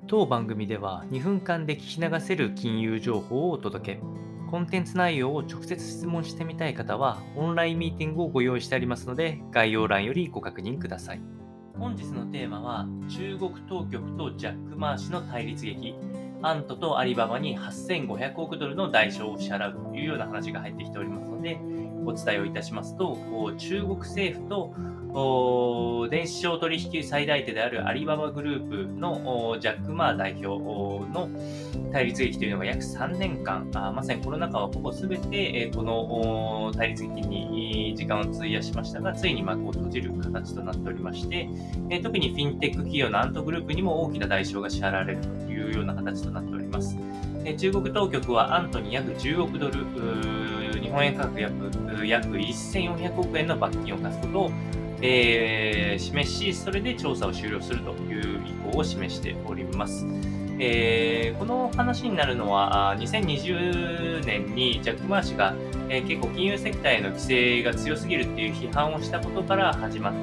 当番組では2分間で聞き流せる金融情報をお届け。コンテンツ内容を直接質問してみたい方は、オンラインミーティングをご用意してありますので、概要欄よりご確認ください。本日のテーマは、中国当局とジャック・マー氏の対立劇。アントとアリババに8500億ドルの代償を支払うというような話が入ってきておりますので、お伝えをいたしますと、中国政府と電子商取引最大手であるアリババグループのジャック・マー代表の対立劇というのが約3年間、まさにコロナ禍はほぼ全てこの対立劇に時間を費やしましたが、ついに幕を閉じる形となっておりまして、特にフィンテック企業のアントグループにも大きな代償が支払われるというような形となっております。中国当局はアントに約10億ドル、日本円価格約1400億円の罰金を課すことを示し、それで調査を終了するという意向を示しております。この話になるのは、2020年にジャック・マー氏が、結構金融セクターへの規制が強すぎるっていう批判をしたことから始まって、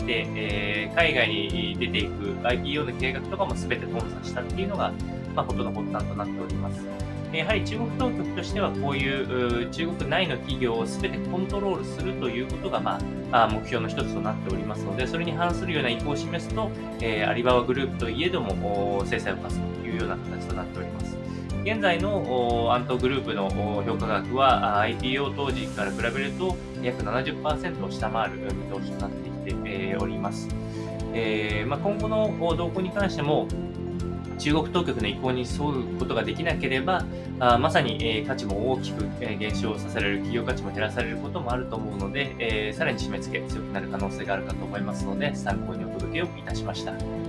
海外に出ていく IPO の計画とかも全て頓挫したっていうのが、ことの発端となっております。やはり中国当局としてはこういう中国内の企業を全てコントロールするということが、目標の一つとなっておりますので、それに反するような意向を示すと、アリババグループといえども制裁を科すというような形となっております。現在のアントグループの評価額は IPO 当時から比べると約 70% を下回る見通しとなってきております。今後の動向に関しても中国当局の意向に沿うことができなければ、まさに、価値も大きく、減少させられる、企業価値も減らされることもあると思うので、さらに締め付け強くなる可能性があるかと思いますので、参考にお届けをいたしました。